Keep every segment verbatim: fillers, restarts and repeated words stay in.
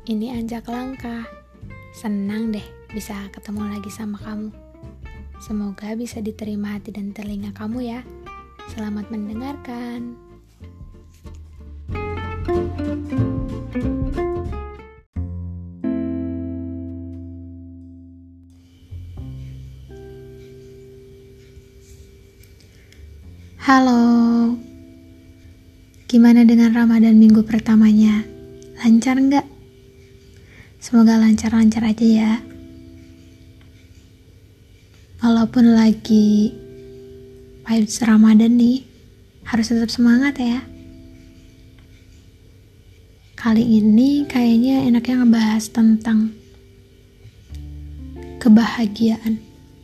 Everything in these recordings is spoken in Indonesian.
Ini Anjak Langkah. Senang deh bisa ketemu lagi sama kamu. Semoga bisa diterima hati dan telinga kamu ya. Selamat mendengarkan. Halo. Gimana dengan Ramadan minggu pertamanya? Lancar nggak? Semoga lancar-lancar aja ya. Walaupun lagi vibes Ramadan nih, harus tetap semangat ya. Kali ini kayaknya enaknya ngebahas tentang kebahagiaan.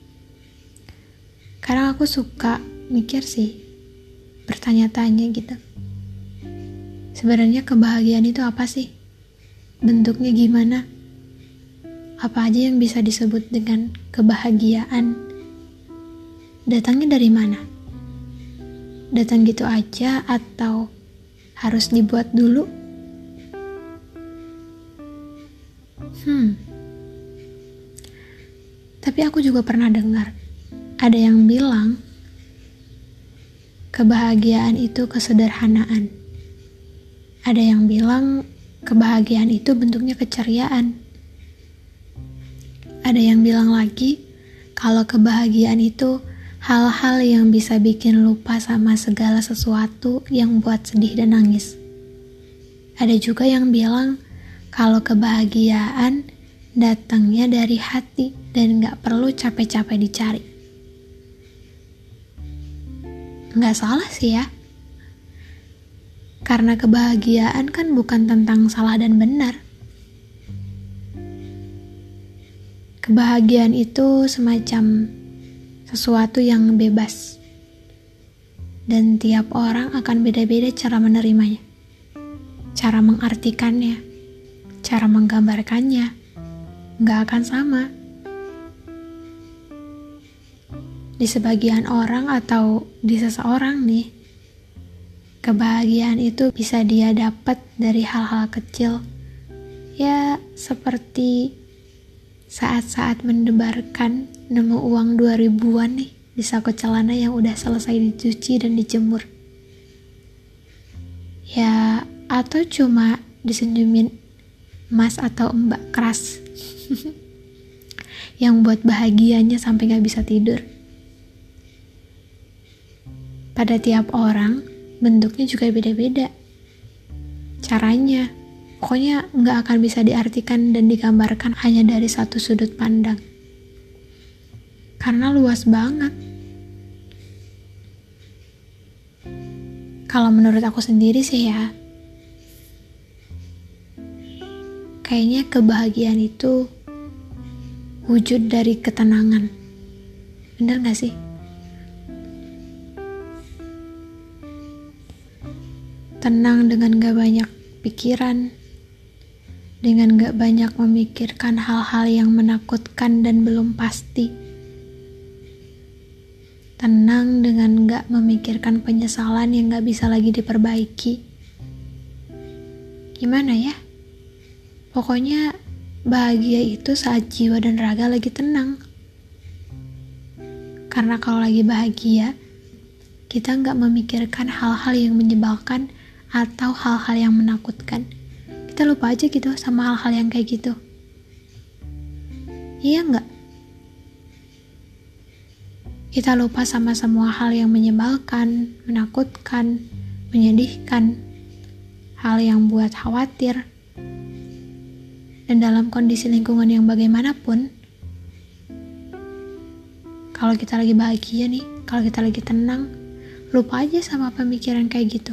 Kadang aku suka mikir sih, bertanya-tanya gitu. Sebenarnya kebahagiaan itu apa sih? Bentuknya gimana? Apa aja yang bisa disebut dengan kebahagiaan? Datangnya dari mana? Datang gitu aja atau harus dibuat dulu? Hmm. Tapi aku juga pernah dengar ada yang bilang kebahagiaan itu kesederhanaan. Ada yang bilang kebahagiaan itu bentuknya keceriaan. Ada yang bilang lagi kalau kebahagiaan itu hal-hal yang bisa bikin lupa sama segala sesuatu yang buat sedih dan nangis. Ada juga yang bilang kalau kebahagiaan datangnya dari hati dan gak perlu capek-capek dicari. Gak salah sih ya. Karena kebahagiaan kan bukan tentang salah dan benar. Kebahagiaan itu semacam sesuatu yang bebas. Dan tiap orang akan beda-beda cara menerimanya. Cara mengartikannya, cara menggambarkannya, nggak akan sama. Di sebagian orang atau di seseorang nih, kebahagiaan itu bisa dia dapat dari hal-hal kecil. Ya, seperti saat-saat mendebarkan nemu uang dua ribuan nih di saku celana yang udah selesai dicuci dan dijemur. Ya, atau cuma disenyumin mas atau mbak keras yang buat bahagianya sampai gak bisa tidur. Pada tiap orang bentuknya juga beda-beda. Caranya, pokoknya nggak akan bisa diartikan dan digambarkan hanya dari satu sudut pandang. Karena luas banget. Kalau menurut aku sendiri sih ya, kayaknya kebahagiaan itu wujud dari ketenangan. Bener nggak sih? Tenang dengan gak banyak pikiran, dengan gak banyak memikirkan hal-hal yang menakutkan dan belum pasti. Tenang dengan gak memikirkan penyesalan yang gak bisa lagi diperbaiki. Gimana ya? Pokoknya bahagia itu saat jiwa dan raga lagi tenang. Karena kalau lagi bahagia, kita gak memikirkan hal-hal yang menyebalkan atau hal-hal yang menakutkan. Kita lupa aja gitu sama hal-hal yang kayak gitu. Iya nggak? Kita lupa sama semua hal yang menyebalkan, menakutkan, menyedihkan, hal yang buat khawatir. Dan dalam kondisi lingkungan yang bagaimanapun, kalau kita lagi bahagia nih, kalau kita lagi tenang, lupa aja sama pemikiran kayak gitu.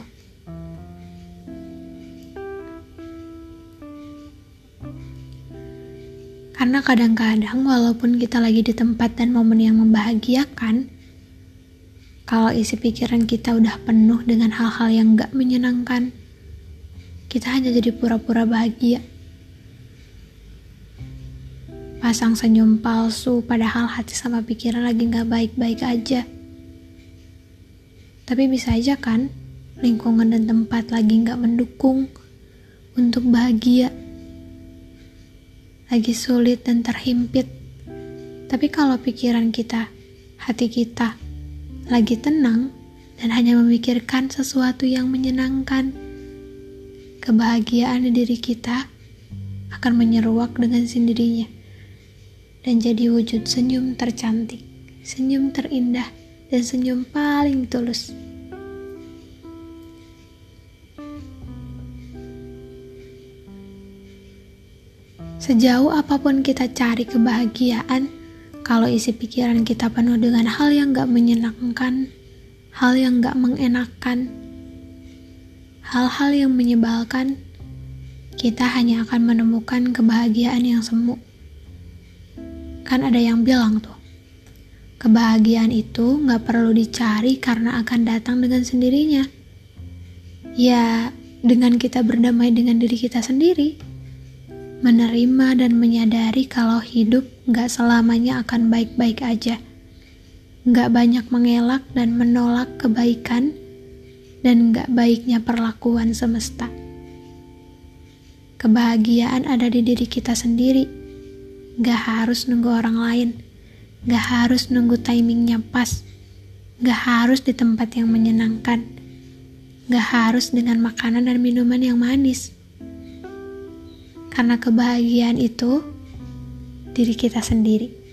Karena kadang-kadang walaupun kita lagi di tempat dan momen yang membahagiakan, kalau isi pikiran kita udah penuh dengan hal-hal yang gak menyenangkan, kita hanya jadi pura-pura bahagia. Pasang senyum palsu padahal hati sama pikiran lagi gak baik-baik aja. Tapi bisa aja kan, lingkungan dan tempat lagi gak mendukung untuk bahagia. lagi sulit dan terhimpit. Tapi kalau pikiran kita, hati kita, lagi tenang dan hanya memikirkan sesuatu yang menyenangkan, kebahagiaan di diri kita akan menyeruak dengan sendirinya dan jadi wujud senyum tercantik, senyum terindah, dan senyum paling tulus. Sejauh apapun kita cari kebahagiaan, kalau isi pikiran kita penuh dengan hal yang gak menyenangkan, hal yang gak mengenakan, hal-hal yang menyebalkan, kita hanya akan menemukan kebahagiaan yang semu. Kan ada yang bilang tuh, kebahagiaan itu gak perlu dicari karena akan datang dengan sendirinya. Ya, dengan kita berdamai dengan diri kita sendiri. Menerima dan menyadari kalau hidup gak selamanya akan baik-baik aja. Gak banyak mengelak dan menolak kebaikan dan gak baiknya perlakuan semesta. Kebahagiaan ada di diri kita sendiri. Gak harus nunggu orang lain. Gak harus nunggu timingnya pas. Gak harus di tempat yang menyenangkan. Gak harus dengan makanan dan minuman yang manis. Karena kebahagiaan itu diri kita sendiri.